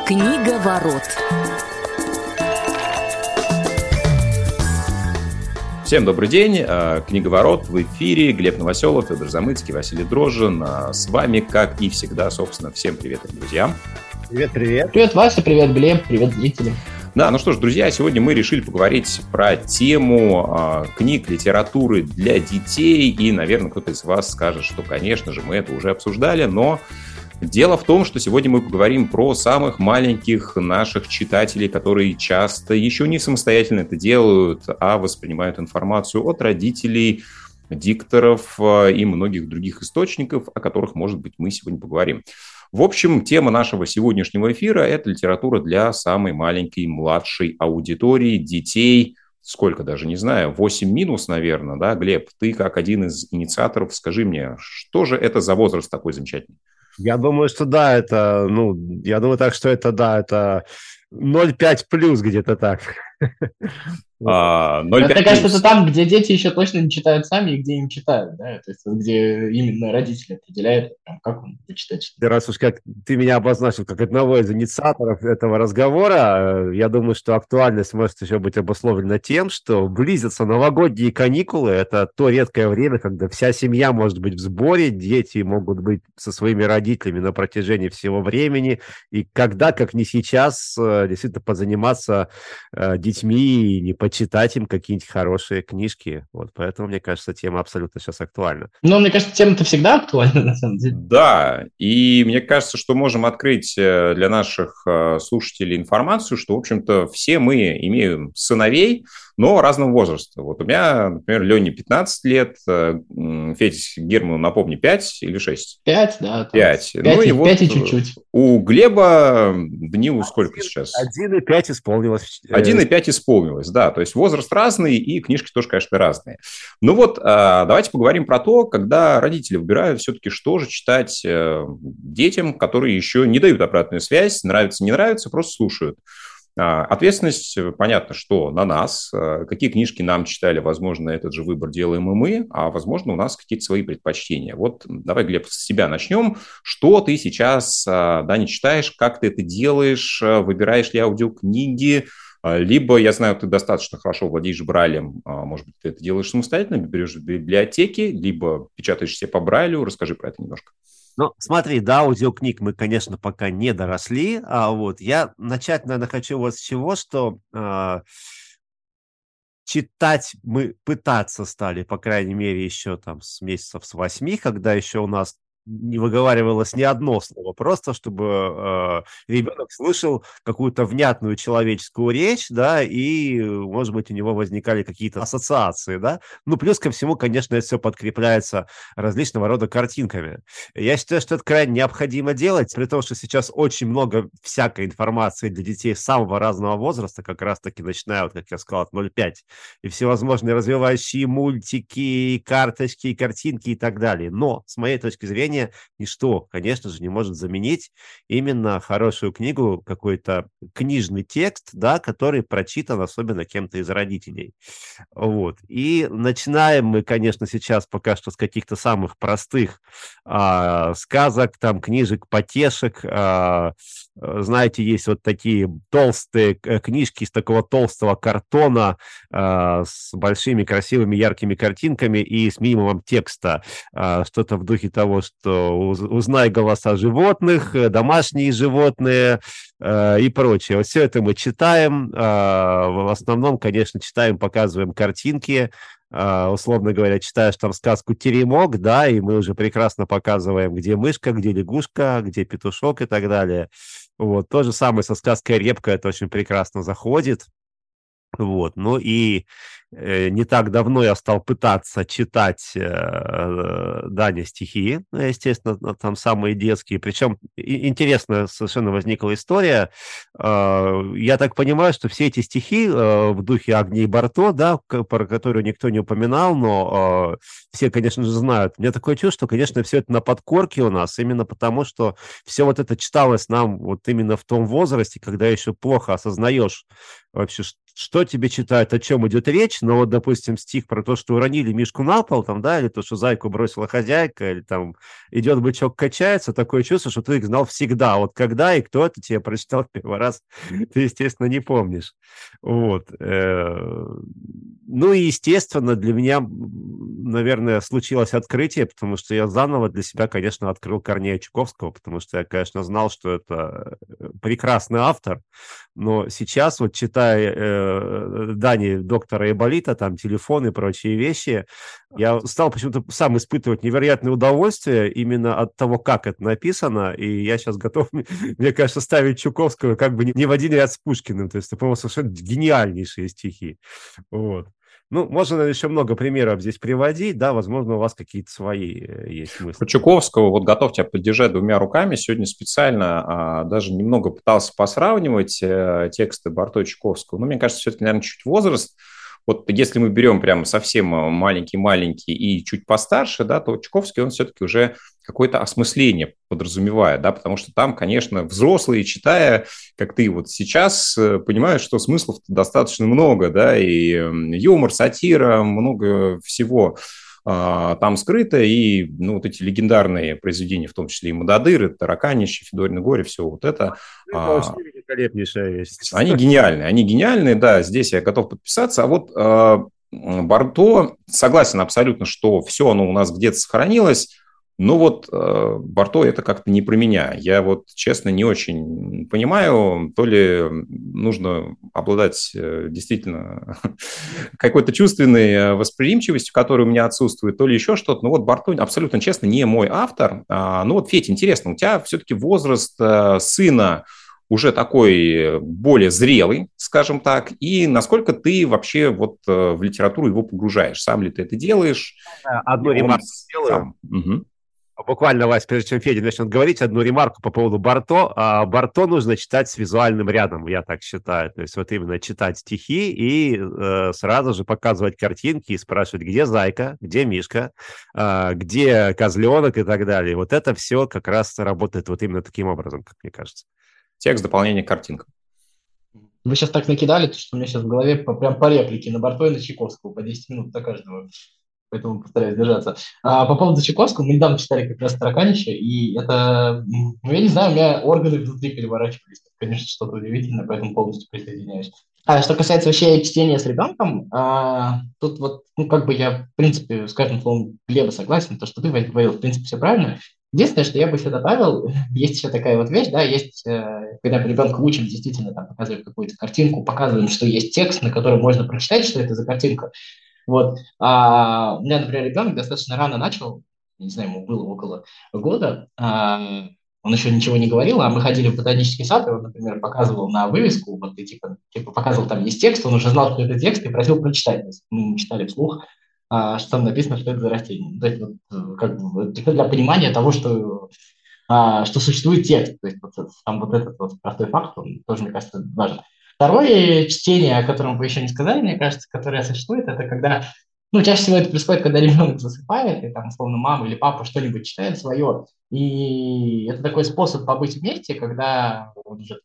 Книга ворот. Всем добрый день. Книга ворот в эфире. Глеб Новоселов, Федор Замыцкий, Василий Дрожжин. С вами, как и всегда, собственно, всем привет, друзья. Привет. Привет, Вася, привет, Глеб, привет, зрители. Да, ну что ж, друзья, сегодня мы решили поговорить про тему книг, литературы для детей. И, наверное, кто-то из вас скажет, что, конечно же, мы это уже обсуждали, но дело в том, что сегодня мы поговорим про самых маленьких наших читателей, которые часто еще не самостоятельно это делают, а воспринимают информацию от родителей, дикторов и многих других источников, о которых, может быть, мы сегодня поговорим. В общем, тема нашего сегодняшнего эфира – это литература для самой маленькой, младшей аудитории, детей. Сколько, даже не знаю, 8 минус, наверное, да, Глеб? Ты, как один из инициаторов, скажи мне, что же это за возраст такой замечательный? Я думаю, что да, это 0,5 плюс где-то так. 0,5 Мне кажется, плюс. это там, где дети еще точно не читают сами и где им читают, да? То есть где именно родители определяют, как он будет читать. Раз уж как ты меня обозначил как одного из инициаторов этого разговора, я думаю, что актуальность может еще быть обусловлена тем, что близятся новогодние каникулы. Это то редкое время, когда вся семья может быть в сборе, дети могут быть со своими родителями на протяжении всего времени. И когда, как не сейчас, действительно позаниматься детьми и не почитать им какие-нибудь хорошие книжки. Вот, поэтому, мне кажется, тема абсолютно сейчас актуальна. Но мне кажется, тема-то всегда актуальна, на самом деле. Да, и мне кажется, что можем открыть для наших слушателей информацию, что, в общем-то, все мы имеем сыновей, но разного возраста. Вот у меня, например, Лене 15 лет, Федь Герману, напомни, 5 или 6? 5, да. 5. 5, Ну и вот 5 и чуть-чуть. у Глеба Данилу сколько сейчас? 1,5 исполнилось. 1,5 исполнилось, да. То есть возраст разный, и книжки тоже, конечно, разные. Ну вот, давайте поговорим про то, когда родители выбирают все-таки, что же читать детям, которые еще не дают обратную связь, нравится, не нравится, просто слушают. Ответственность, понятно, что на нас. Какие книжки нам читали, возможно, этот же выбор делаем и мы, а, возможно, у нас какие-то свои предпочтения. Вот давай, Глеб, с себя начнем. Что ты сейчас, да, не читаешь, как ты это делаешь, выбираешь ли аудиокниги, либо, я знаю, ты достаточно хорошо владеешь Брайлем, может быть, ты это делаешь самостоятельно, берешь в библиотеке, либо печатаешь себе по Брайлю. Расскажи про это немножко. Ну, смотри, до аудиокниг мы, конечно, пока не доросли, а вот я начать, наверное, хочу вот с чего, что читать мы пытаться стали, по крайней мере, еще там с месяцев с 8, когда еще у нас не выговаривалось ни одно слово, просто чтобы ребенок слышал какую-то внятную человеческую речь, да, и, может быть, у него возникали какие-то ассоциации, да. Ну, плюс ко всему, конечно, это все подкрепляется различного рода картинками. Я считаю, что это крайне необходимо делать, при том, что сейчас очень много всякой информации для детей самого разного возраста, как раз-таки начиная, вот, как я сказал, от 0,5, и всевозможные развивающие мультики, карточки, картинки и так далее. Но, с моей точки зрения, ничто, конечно же, не может заменить именно хорошую книгу, какой-то книжный текст, да, который прочитан особенно кем-то из родителей. Вот. И начинаем мы, конечно, сейчас пока что с каких-то самых простых сказок, там, книжек, потешек. Знаете, есть вот такие толстые книжки из такого толстого картона с большими красивыми яркими картинками и с минимумом текста. Что-то в духе того, что узнай голоса животных, домашние животные и прочее. Вот все это мы читаем. В основном, конечно, читаем, показываем картинки. Условно говоря, читаешь там сказку «Теремок», да, и мы уже прекрасно показываем, где мышка, где лягушка, где петушок и так далее. Вот. То же самое со сказкой «Репка», это очень прекрасно заходит. Вот. Ну и не так давно я стал пытаться читать Дане стихи, естественно, там самые детские. Причем интересная совершенно возникла история. Я так понимаю, что все эти стихи в духе Агнии Барто, да, про которую никто не упоминал, но все, конечно же, знают. У меня такое чувство, что, конечно, все это на подкорке у нас, именно потому, что все вот это читалось нам вот именно в том возрасте, когда еще плохо осознаешь вообще, что кто тебе читает, о чем идет речь, но вот, допустим, стих про то, что уронили мишку на пол, там, да, или то, что зайку бросила хозяйка, или там идет бычок, качается, такое чувство, что ты их знал всегда. Вот когда и кто это тебе прочитал в первый раз, ты, естественно, не помнишь. Вот. Ну и, естественно, для меня, наверное, случилось открытие, потому что я заново для себя, конечно, открыл Корнея Чуковского, потому что я, конечно, знал, что это прекрасный автор, но сейчас, вот читая Дани доктора Айболита, там, телефон и прочие вещи, я стал почему-то сам испытывать невероятное удовольствие именно от того, как это написано, и я сейчас готов, мне кажется, ставить Чуковского как бы не в один ряд с Пушкиным, то есть, по-моему, совершенно гениальнейшие стихи. Вот. Ну, можно еще много примеров здесь приводить, да, возможно, у вас какие-то свои есть мысли. Про Чуковского вот готов тебя поддержать двумя руками. Сегодня специально даже немного пытался посравнивать тексты Барто и Чуковского. Но мне кажется, все-таки, наверное, чуть возраст. Вот если мы берем прям совсем маленький-маленький и чуть постарше, да, то Чуковский, он все-таки уже какое-то осмысление подразумевает, да, потому что там, конечно, взрослые, читая, как ты вот сейчас, понимаешь, что смыслов достаточно много, да, и юмор, сатира, много всего там скрыто, и ну, вот эти легендарные произведения, в том числе и «Мададыр», и «Тараканище», «Федорино горе», все вот это. Это вообще великолепнейшая вещь. Они гениальные, да, здесь я готов подписаться. А вот Барто, согласен абсолютно, что все оно у нас где-то сохранилось, но вот Барто это как-то не про меня. Я вот, честно, не очень понимаю, то ли нужно обладать действительно какой-то чувственной восприимчивостью, которая у меня отсутствует, то ли еще что-то. Но вот Барто, абсолютно честно, не мой автор. Ну вот, Федь, интересно, у тебя все-таки возраст сына уже такой более зрелый, скажем так, и насколько ты вообще вот в литературу его погружаешь? Сам ли ты это делаешь? Одну ремарку сделаю. Угу. Буквально, Вась, прежде чем Федя начнет говорить, одну ремарку по поводу Барто. Барто нужно читать с визуальным рядом, я так считаю. То есть вот именно читать стихи и сразу же показывать картинки и спрашивать, где зайка, где мишка, где козленок и так далее. Вот это все как раз работает вот именно таким образом, как мне кажется. Текст, дополнение, картинка. Вы сейчас так накидали, что у меня сейчас в голове прям по реплике на Барто и на Чайковского, по 10 минут на каждого. Поэтому постараюсь держаться. По поводу Чайковского, мы недавно читали как раз «Тараканище», и это, ну, я не знаю, у меня органы внутри переворачивались. Конечно, что-то удивительное, поэтому полностью присоединяюсь. А что касается вообще чтения с ребенком, тут вот, ну, как бы я, в принципе, с каждым словом Глеба согласен, то, что ты говорил, в принципе, все правильно. Единственное, что я бы еще добавил, есть еще такая вот вещь, да, есть, когда ребенка учим, действительно, там, показываем какую-то картинку, показываем, что есть текст, на котором можно прочитать, что это за картинка. Вот. У меня, например, ребенок достаточно рано начал, не знаю, ему было около года, он еще ничего не говорил, а мы ходили в ботанический сад, и он, например, показывал на вывеску, вот, и типа показывал, там есть текст, он уже знал, что это текст, и просил прочитать. То есть мы читали вслух, что там написано, что это за растение. То есть, вот, как бы, для понимания того, что существует текст. То есть вот, там вот этот вот простой факт, он тоже, мне кажется, важен. Второе чтение, о котором вы еще не сказали, мне кажется, которое существует, это когда, ну, чаще всего это происходит, когда ребенок засыпает, и там, условно, мама или папа что-нибудь читает свое, и это такой способ побыть вместе, когда он уже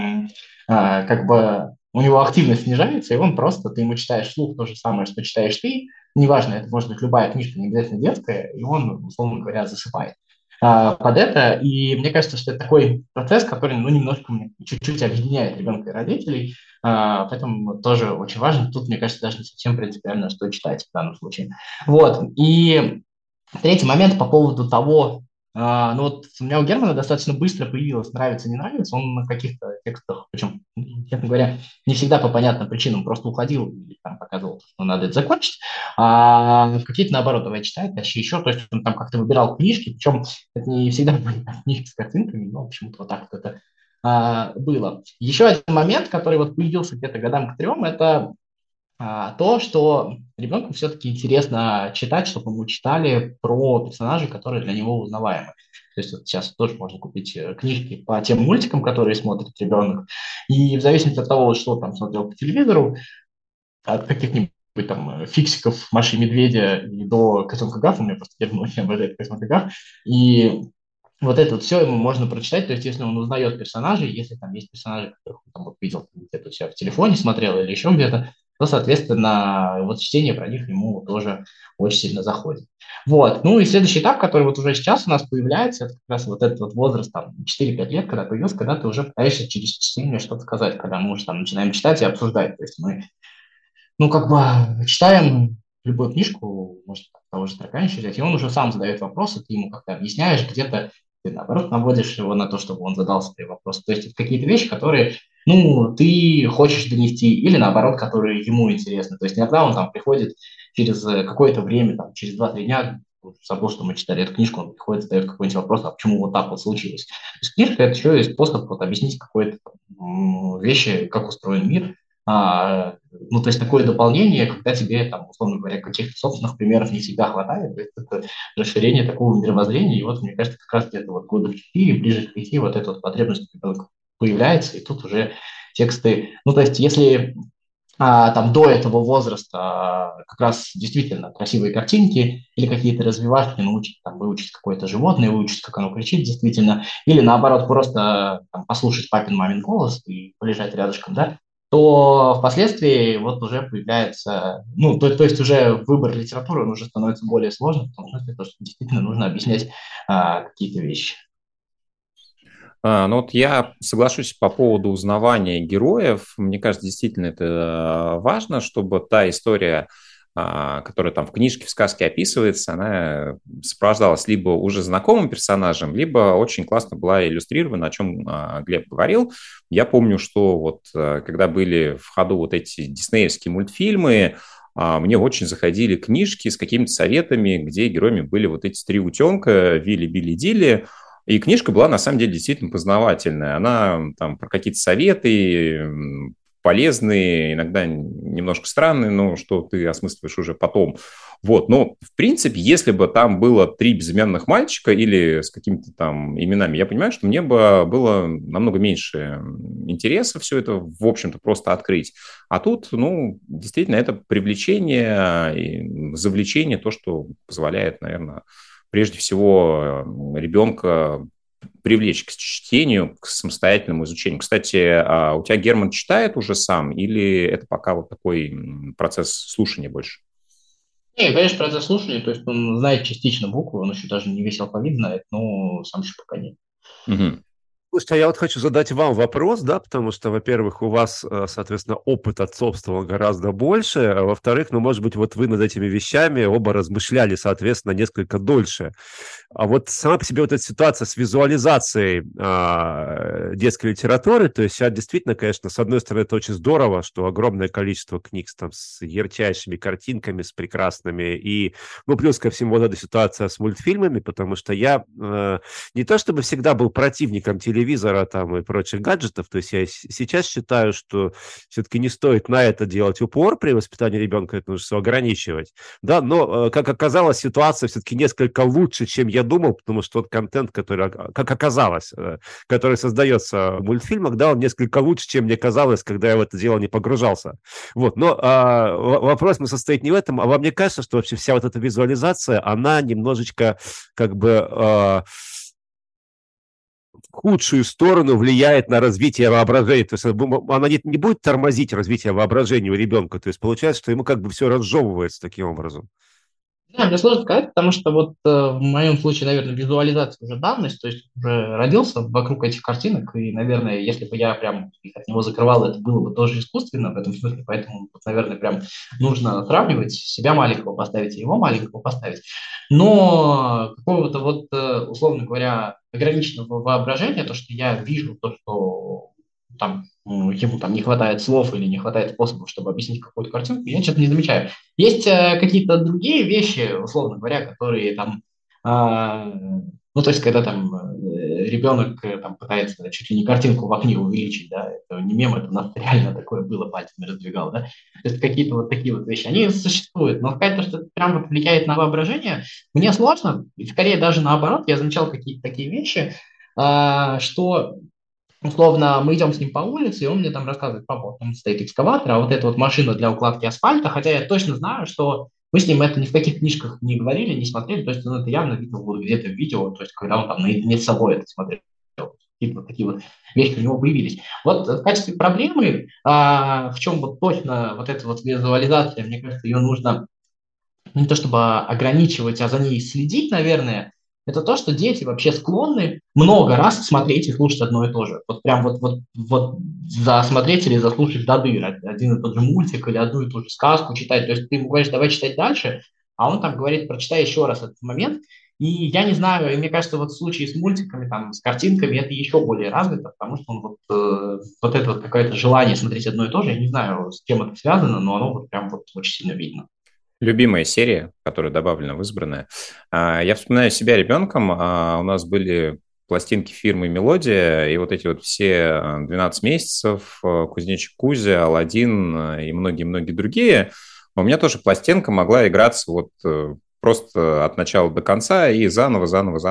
как бы у него активность снижается, и он просто, ты ему читаешь вслух то же самое, что читаешь ты, неважно, это может быть любая книжка, не обязательно детская, и он, условно говоря, засыпает под это. И мне кажется, что это такой процесс, который, ну, немножко чуть-чуть объединяет ребенка и родителей, поэтому тоже очень важно. Тут, мне кажется, даже не совсем принципиально, что читать в данном случае. Вот. И третий момент по поводу того, ну вот у меня у Германа достаточно быстро появилось нравится, не нравится, он на каких-то текстах, причем, честно говоря, не всегда по понятным причинам просто уходил и там показывал, что надо это закончить, а какие-то, наоборот, давай читать, дальше еще, то есть он там как-то выбирал книжки, причем это не всегда были книжки с картинками, но почему-то вот так вот это было. Еще один момент, который вот появился где-то годам к 3, это то, что ребенку все-таки интересно читать, чтобы ему читали про персонажей, которые для него узнаваемы. То есть вот сейчас тоже можно купить книжки по тем мультикам, которые смотрит ребенок, и в зависимости от того, что там смотрел по телевизору, от каких-нибудь там фиксиков, Маши и Медведя и до Котенка Гафа, у меня просто Герман очень обожает Котенка Гаф, и вот это вот все ему можно прочитать, то есть если он узнает персонажей, если там есть персонажи, которых он там вот видел где-то у себя в телефоне смотрел или еще где-то, то, соответственно, вот чтение про них ему тоже очень сильно заходит. Вот. Ну и следующий этап, который вот уже сейчас у нас появляется, это как раз вот этот вот возраст там 4-5 лет, когда появился, когда ты уже пытаешься через чтение что-то сказать, когда мы уже там начинаем читать и обсуждать. То есть мы, ну, как бы читаем любую книжку, может, того же Тарканича взять, и он уже сам задает вопросы, ты ему как-то объясняешь, где-то ты, наоборот, наводишь его на то, чтобы он задал свои вопросы. То есть это какие-то вещи, которые, ну, ты хочешь донести, или, наоборот, которые ему интересны. То есть иногда он там приходит через какое-то время, там, через 2-3 дня, забыл, что мы читали эту книжку, он приходит, задает какой-нибудь вопрос, а почему вот так вот случилось. То есть книжка– это еще и способ вот объяснить какой-то вещи, как устроен мир, ну, то есть такое дополнение, когда тебе, там, условно говоря, каких-то собственных примеров не всегда хватает, то есть это расширение такого мировоззрения, и вот, мне кажется, как раз где-то вот года в 4, ближе к 5, вот эта вот потребность появляется, и тут уже тексты, ну, то есть если там до этого возраста как раз действительно красивые картинки или какие-то развивашки, научить, там, выучить какое-то животное, выучить, как оно кричит действительно, или наоборот просто там, послушать папин, мамин голос и полежать рядышком, да, то впоследствии вот уже появляется, ну, то есть уже выбор литературы, он уже становится более сложным, потому что действительно нужно объяснять какие-то вещи. Ну вот я соглашусь по поводу узнавания героев. Мне кажется, действительно это важно, чтобы та история, которая там в книжке, в сказке описывается, она сопровождалась либо уже знакомым персонажем, либо очень классно была иллюстрирована, о чем Глеб говорил. Я помню, что вот когда были в ходу вот эти диснеевские мультфильмы, мне очень заходили книжки с какими-то советами, где героями были вот эти три утенка, Вилли, Билли, Дилли. И книжка была, на самом деле, действительно познавательная. Она там про какие-то советы полезные, иногда немножко странные, но что ты осмысливаешь уже потом. Вот, но, в принципе, если бы там было три безымянных мальчика или с какими-то там именами, я понимаю, что мне бы было намного меньше интереса все это, в общем-то, просто открыть. А тут, ну, действительно, это привлечение и завлечение, то, что позволяет, наверное, прежде всего ребенка привлечь к чтению, к самостоятельному изучению. Кстати, у тебя Герман читает уже сам или это пока вот такой процесс слушания больше? Не, конечно, процесс слушания, то есть он знает частично буквы, он еще даже не весь алфавит знает, но сам еще пока нет. Угу. Слушайте, а я вот хочу задать вам вопрос, да, потому что, во-первых, у вас, соответственно, опыт отцовства гораздо больше, а во-вторых, ну, может быть, вот вы над этими вещами оба размышляли, соответственно, несколько дольше. А вот сама по себе вот эта ситуация с визуализацией детской литературы, то есть сейчас действительно, конечно, с одной стороны, это очень здорово, что огромное количество книг там с ярчайшими картинками, с прекрасными, и, ну, плюс ко всему вот эта ситуация с мультфильмами, потому что я не то чтобы всегда был противником телевизора там и прочих гаджетов, то есть я сейчас считаю, что все-таки не стоит на это делать упор при воспитании ребенка, это нужно все ограничивать, да, но, как оказалось, ситуация все-таки несколько лучше, чем я думал, потому что тот контент, который, как оказалось, который создается в мультфильмах, да, он несколько лучше, чем мне казалось, когда я в это дело не погружался. Вот, но вопрос состоит не в этом, а вам мне кажется, что вообще вся вот эта визуализация, она немножечко как бы в худшую сторону влияет на развитие воображения. То есть она не будет тормозить развитие воображения у ребенка. То есть получается, что ему как бы все разжевывается таким образом. Да, мне сложно сказать, потому что вот в моем случае, наверное, визуализация уже данность, то есть уже родился вокруг этих картинок, и, наверное, если бы я прям их от него закрывал, это было бы тоже искусственно в этом смысле, поэтому, вот, наверное, прям нужно сравнивать, себя маленького поставить и его маленького поставить. Но какого-то вот, условно говоря, ограниченного воображения, то, что я вижу, то, что там ему там не хватает слов или не хватает способов, чтобы объяснить какую-то картинку, я что-то не замечаю. Есть какие-то другие вещи, условно говоря, которые там, ну, то есть, когда там ребенок там пытается чуть ли не картинку в окне увеличить, да, это не мем, это у нас реально такое было, пальцами раздвигал, да, то есть какие-то вот такие вот вещи, они существуют, но сказать, то, что это прям вот влияет на воображение, мне сложно, и скорее даже наоборот, я замечал какие-то такие вещи, что условно, мы идем с ним по улице, и он мне там рассказывает: папа, вот там стоит экскаватор, а вот эта вот машина для укладки асфальта, хотя я точно знаю, что Мы с ним это ни в каких книжках не говорили, не смотрели, то есть он это явно видел вот где-то в видео, то есть когда он там наедине с собой это смотрел. Вот такие вот вещи у него появились. Вот в качестве проблемы, в чем вот точно вот эта вот визуализация, мне кажется, ее нужно не то чтобы ограничивать, а за ней следить, наверное, это то, что дети вообще склонны много раз смотреть и слушать одно и то же. Вот прям вот засмотреть или заслушать до дыр один и тот же мультик или одну и ту же сказку читать. То есть ты ему говоришь, давай читать дальше, а он там говорит, прочитай еще раз этот момент. И я не знаю, и мне кажется, вот в случае с мультиками, там, с картинками это еще более развито, потому что он вот это вот какое-то желание смотреть одно и то же, я не знаю, с чем это связано, но оно вот прям вот очень сильно видно. Любимая серия, которая добавлена в избранное. Я вспоминаю себя ребенком. У нас были пластинки фирмы «Мелодия», и вот эти вот все 12 месяцев, «Кузнечик Кузя», «Аладдин» и многие-многие другие. У меня тоже пластинка могла играться вот просто от начала до конца и заново.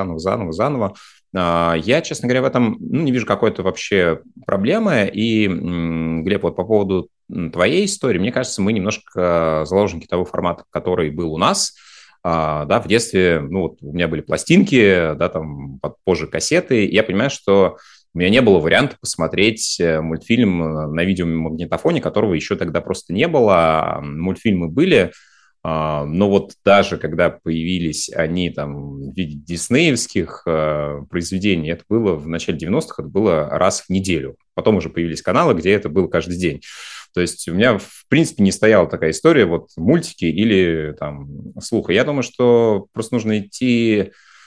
Я, честно говоря, в этом не вижу какой-то вообще проблемы. И, Глеб, вот по поводу твоей истории, мне кажется, мы немножко заложники того формата, который был у нас. Да, в детстве, ну, вот у меня были пластинки, да, там, позже кассеты. Я понимаю, что у меня не было варианта посмотреть мультфильм на видеомагнитофоне, которого еще тогда просто не было. Мультфильмы были, но вот даже когда появились они там в виде диснеевских произведений, это было в начале 90-х, это было раз в неделю. Потом уже появились каналы, где это было каждый день. То есть у меня, в принципе, не стояла такая история, вот мультики или там слуха. Я думаю, что просто нужно идти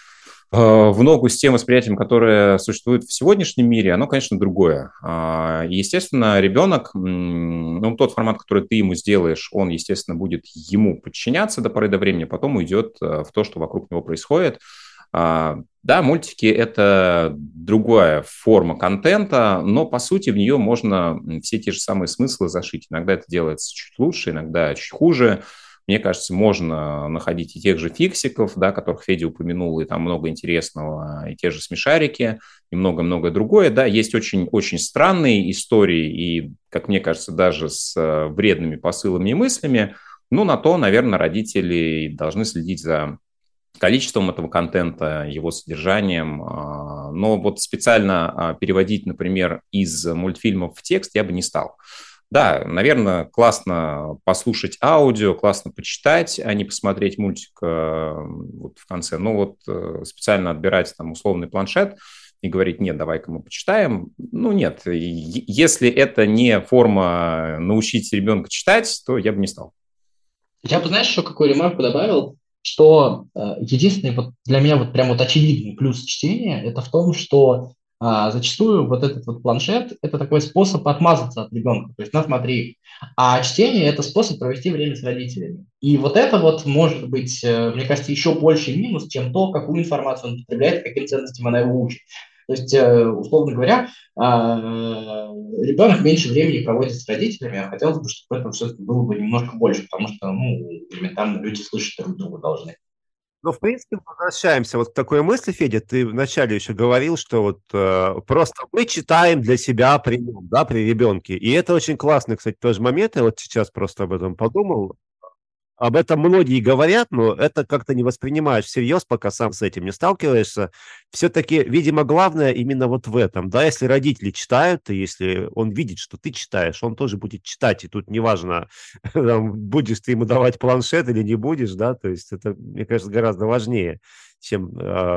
в ногу с тем восприятием, которое существует в сегодняшнем мире, оно, конечно, другое. Естественно, ребенок, ну, тот формат, который ты ему сделаешь, он, естественно, будет ему подчиняться до поры до времени, потом уйдет в то, что вокруг него происходит. Да, мультики – это другая форма контента, но, по сути, в нее можно все те же самые смыслы зашить. Иногда это делается чуть лучше, иногда чуть хуже. Мне кажется, можно находить и тех же фиксиков, да, которых Федя упомянул, и там много интересного, и те же смешарики, и много-много другое. Да, есть очень-очень странные истории, и, как мне кажется, даже с вредными посылами и мыслями. Ну, на то, наверное, родители должны следить за количеством этого контента, его содержанием. Но вот специально переводить, например, из мультфильмов в текст я бы не стал. Да, наверное, классно послушать аудио, классно почитать, а не посмотреть мультик вот в конце. Но вот специально отбирать там условный планшет и говорить, нет, давай-ка мы почитаем. Ну, нет, если это не форма научить ребенка читать, то я бы не стал. Я бы, знаешь, еще какую ремарку добавил, что единственный вот для меня вот прям вот очевидный плюс чтения это в том, что зачастую вот этот вот планшет это такой способ отмазаться от ребенка. То есть, ну смотри, а чтение это способ провести время с родителями. И вот это вот может быть, мне кажется, еще больше минус, чем то, какую информацию он потребляет, каким ценностям она его учит. То есть, условно говоря, ребенок меньше времени проводит с родителями, а хотелось бы, чтобы этого все-таки было бы немножко больше, потому что, ну, элементарно люди слышать друг друга должны. Ну, в принципе, возвращаемся вот к такой мысли, Федя. Ты вначале еще говорил, что вот просто мы читаем для себя при нем, да, при ребенке. И это очень классный, кстати, тоже момент. Я вот сейчас просто об этом подумал. Об этом многие говорят, но это как-то не воспринимаешь всерьез, пока сам с этим не сталкиваешься. Все-таки, видимо, главное именно вот в этом. Да, если родители читают, и если он видит, что ты читаешь, он тоже будет читать. И тут неважно, там, будешь ты ему давать планшет или не будешь, да, то есть это, мне кажется, гораздо важнее, чем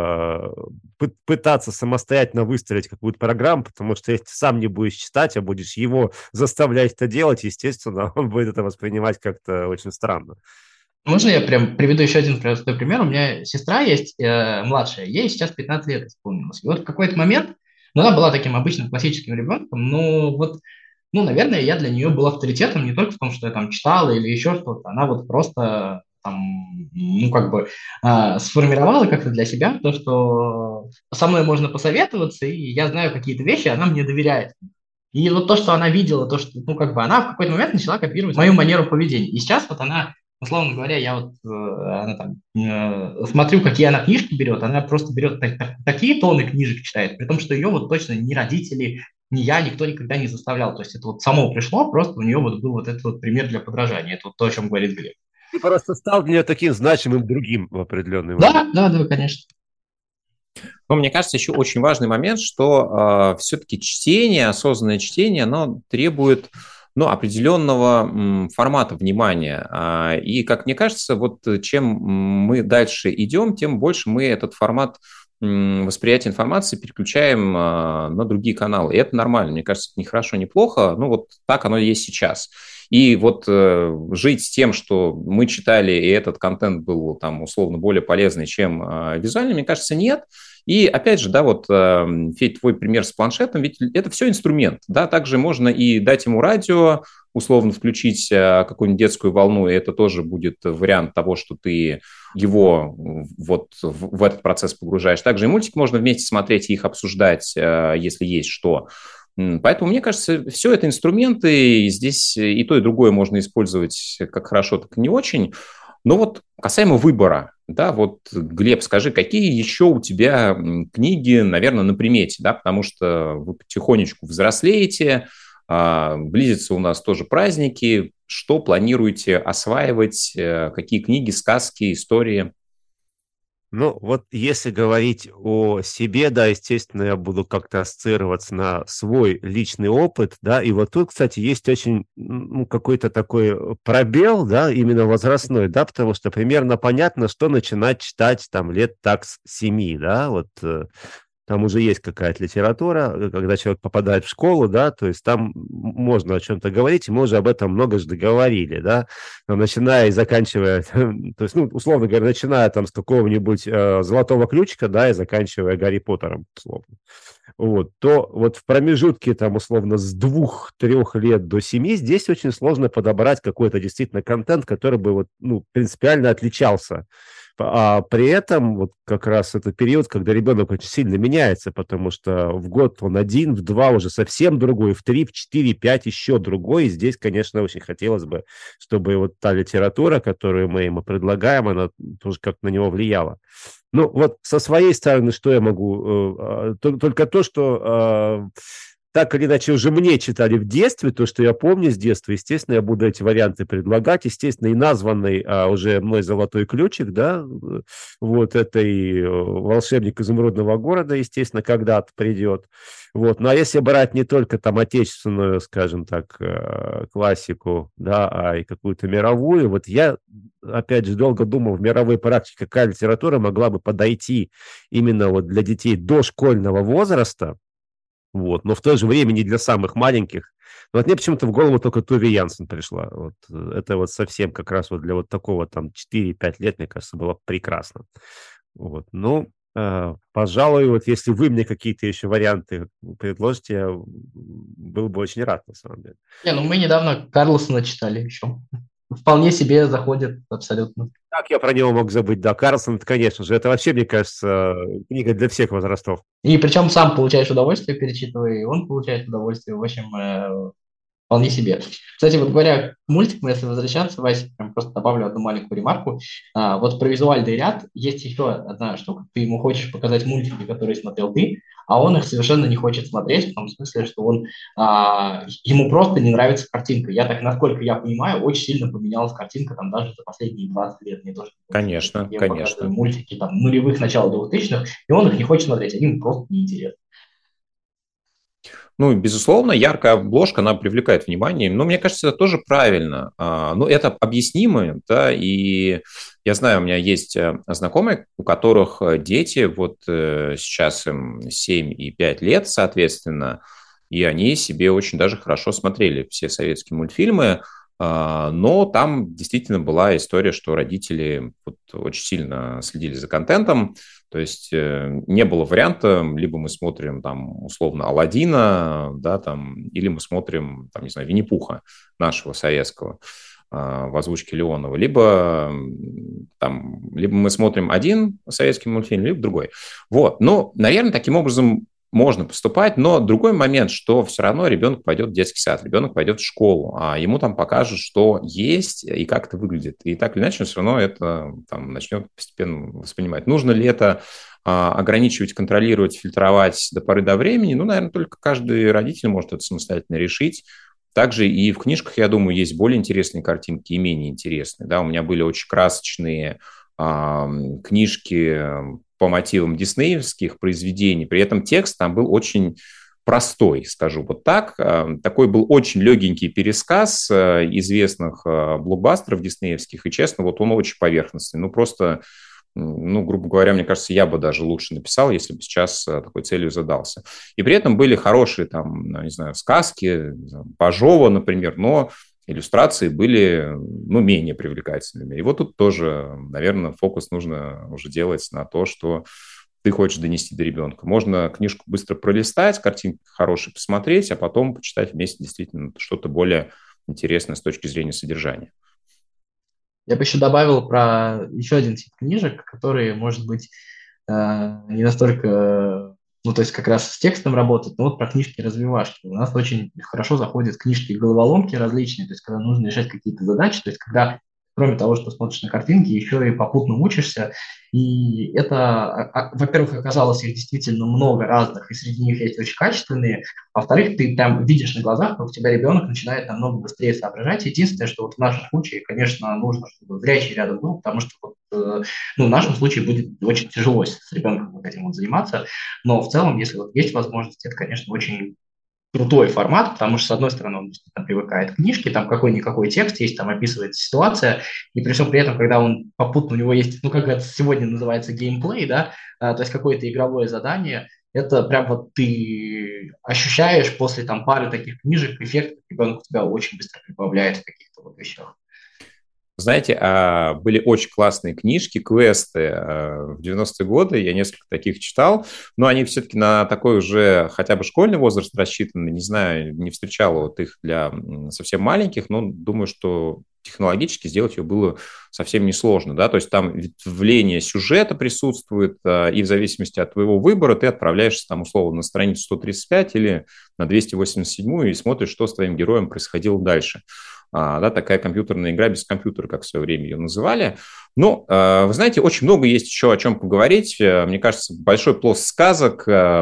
пытаться самостоятельно выстроить какую-то программу, потому что если ты сам не будешь читать, а будешь его заставлять это делать, естественно, он будет это воспринимать как-то очень странно. Можно я прям приведу еще один простой пример? У меня сестра есть, младшая, ей сейчас 15 лет исполнилось. И вот в какой-то момент, ну, она была таким обычным классическим ребенком, но вот, ну, наверное, я для нее был авторитетом не только в том, что я там читала или еще что-то, она вот просто там, ну, как бы сформировала как-то для себя то, что со мной можно посоветоваться, и я знаю какие-то вещи, она мне доверяет. И вот то, что она видела, то, что, ну, как бы она в какой-то момент начала копировать мою манеру поведения. И сейчас вот она, условно говоря, я вот она там, смотрю, какие она книжки берет, она просто берет такие тонны книжек читает, при том, что ее вот точно ни родители, ни я, никто никогда не заставлял. То есть это вот само пришло, просто у нее вот был вот этот вот пример для подражания. Это вот то, о чем говорит Глеб. Ты просто стал для нее таким значимым другим в определенный момент. Да, конечно. Но мне кажется, еще очень важный момент, что все-таки чтение, осознанное чтение, оно требует определенного формата внимания. И, как мне кажется, вот чем мы дальше идем, тем больше мы этот формат восприятия информации переключаем на другие каналы. И это нормально. Мне кажется, это не хорошо, не плохо. Ну, вот так оно и есть сейчас. И вот жить с тем, что мы читали, и этот контент был там условно более полезный, чем визуальный, мне кажется, нет. И опять же, да, вот, Федь, твой пример с планшетом, ведь это все инструмент, да, также можно и дать ему радио, условно включить какую-нибудь детскую волну, и это тоже будет вариант того, что ты его вот в этот процесс погружаешь. Также и мультик можно вместе смотреть и их обсуждать, если есть что. Поэтому, мне кажется, все это инструменты, и здесь и то, и другое можно использовать как хорошо, так и не очень. Но вот касаемо выбора, да, вот, Глеб, скажи, какие еще у тебя книги, наверное, на примете, да, потому что вы потихонечку взрослеете, близятся у нас тоже праздники, что планируете осваивать, какие книги, сказки, истории? Ну, вот если говорить о себе, да, естественно, я буду как-то ассоциироваться на свой личный опыт, да, и вот тут, кстати, есть очень, какой-то такой пробел, да, именно возрастной, да, потому что примерно понятно, что начинать читать там лет так с 7, да, вот там уже есть какая-то литература, когда человек попадает в школу, да, то есть там можно о чем-то говорить, и мы уже об этом много же договорили, да, но начиная и заканчивая, то есть, условно говоря, начиная там с какого-нибудь «Золотого ключика», да, и заканчивая Гарри Поттером, условно. Вот, то вот в промежутке там условно с 2-3 лет до 7 здесь очень сложно подобрать какой-то действительно контент, который бы вот, принципиально отличался. А при этом вот как раз это период, когда ребенок очень сильно меняется, потому что в год он один, в 2 уже совсем другой, в 3, в 4, 5 еще другой. И здесь, конечно, очень хотелось бы, чтобы вот та литература, которую мы ему предлагаем, она тоже как-то на него влияла. Ну, вот со своей стороны, что я могу? Только то, что так или иначе уже мне читали в детстве, то, что я помню с детства, естественно, я буду эти варианты предлагать, естественно, и названный уже мной «Золотой ключик», да, вот это и «Волшебник изумрудного города», естественно, когда-то придет. Вот. Ну, а если брать не только там отечественную, скажем так, классику, да, а и какую-то мировую, вот я, опять же, долго думал в мировой практике, какая литература могла бы подойти именно вот для детей дошкольного возраста, вот, но в то же время не для самых маленьких. Но вот мне почему-то в голову только Туви Янсен пришла. Вот, это вот совсем как раз вот для вот такого там 4-5 лет, мне кажется, было прекрасно. Вот, пожалуй, вот если вы мне какие-то еще варианты предложите, я был бы очень рад, на самом деле. Мы недавно Карлсона читали еще. Вполне себе заходит абсолютно. Как я про него мог забыть? Да, Карлсон, это, конечно же, это вообще, мне кажется, книга для всех возрастов. И причем сам получаешь удовольствие, перечитывая, и он получает удовольствие. В общем, вполне себе. Кстати, вот говоря к мультикам, если возвращаться, Вася, прям просто добавлю одну маленькую ремарку. Вот про визуальный ряд есть еще одна штука. Ты ему хочешь показать мультики, которые смотрел ты, а он их совершенно не хочет смотреть, в том смысле, что ему просто не нравится картинка. Насколько я понимаю, очень сильно поменялась картинка там даже за последние 20 лет. Не то, что Конечно, я конечно. показываю мультики там нулевых, начала 2000-х, и он их не хочет смотреть, они ему просто неинтересны. Ну, безусловно, яркая обложка, она привлекает внимание. Но мне кажется, это тоже правильно. Это объяснимо, да, и я знаю, у меня есть знакомые, у которых дети, вот сейчас им 7 и 5 лет, соответственно, и они себе очень даже хорошо смотрели все советские мультфильмы, но там действительно была история, что родители вот очень сильно следили за контентом, то есть не было варианта, либо мы смотрим там условно Аладдина, да, там, или мы смотрим, там, не знаю, Винни-Пуха нашего советского в озвучке Леонова, либо мы смотрим один советский мультфильм, либо другой. Вот, наверное, таким образом можно поступать, но другой момент, что все равно ребенок пойдет в детский сад, ребенок пойдет в школу, а ему там покажут, что есть и как это выглядит. И так или иначе, он все равно это там начнет постепенно воспринимать. Нужно ли это ограничивать, контролировать, фильтровать до поры до времени? Наверное, только каждый родитель может это самостоятельно решить. Также и в книжках, я думаю, есть более интересные картинки и менее интересные. Да, у меня были очень красочные книжки по мотивам диснеевских произведений. При этом текст там был очень простой, скажу вот так. Такой был очень легенький пересказ известных блокбастеров диснеевских. И, честно, вот он очень поверхностный. Ну, просто, ну, грубо говоря, мне кажется, я бы даже лучше написал, если бы сейчас такой целью задался. И при этом были хорошие, там, не знаю, сказки, Пажова, например, но иллюстрации были, ну, менее привлекательными. И вот тут тоже, наверное, фокус нужно уже делать на то, что ты хочешь донести до ребенка. Можно книжку быстро пролистать, картинки хорошие посмотреть, а потом почитать вместе действительно что-то более интересное с точки зрения содержания. Я бы еще добавил про еще один тип книжек, которые, может быть, не настолько, ну, то есть как раз с текстом работают, но вот про книжки-развивашки. У нас очень хорошо заходят книжки-головоломки различные, то есть когда нужно решать какие-то задачи, то есть когда кроме того, что смотришь на картинки, еще и попутно учишься. И это, во-первых, оказалось их действительно много разных, и среди них есть очень качественные. Во-вторых, ты прям видишь на глазах, как у тебя ребенок начинает намного быстрее соображать. Единственное, что вот в нашем случае, конечно, нужно, чтобы зрячий рядом был, потому что вот, ну, в нашем случае будет очень тяжело с ребенком вот этим вот заниматься. Но в целом, если вот есть возможность, это, конечно, очень крутой формат, потому что, с одной стороны, он действительно привыкает к книжке, там какой-никакой текст есть, там описывается ситуация, и при всем при этом, когда он попутно, у него есть, ну, как это сегодня называется, геймплей, да, то есть какое-то игровое задание, это прям вот ты ощущаешь после там пары таких книжек эффект, как ребенок тебя очень быстро прибавляет в каких-то вот вещах. Знаете, были очень классные книжки, квесты в 90-е годы, я несколько таких читал, но они все-таки на такой уже хотя бы школьный возраст рассчитаны, не знаю, не встречал вот их для совсем маленьких, но думаю, что технологически сделать ее было совсем несложно, да, то есть там ветвление сюжета присутствует, и в зависимости от твоего выбора ты отправляешься там условно на страницу 135 или на 287 и смотришь, что с твоим героем происходило дальше. Да, такая компьютерная игра без компьютера, как в свое время ее называли. Но, вы знаете, очень много есть еще о чем поговорить. Мне кажется, большой пласт сказок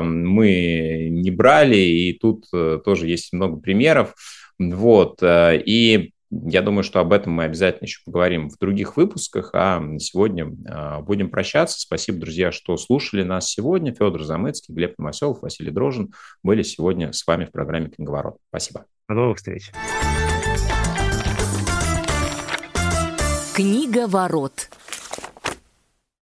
мы не брали, и тут тоже есть много примеров. Вот. И я думаю, что об этом мы обязательно еще поговорим в других выпусках, а сегодня будем прощаться. Спасибо, друзья, что слушали нас сегодня. Федор Замыцкий, Глеб Новоселов, Василий Дрожин были сегодня с вами в программе «Книговорот». Спасибо. До новых встреч. Книговорот.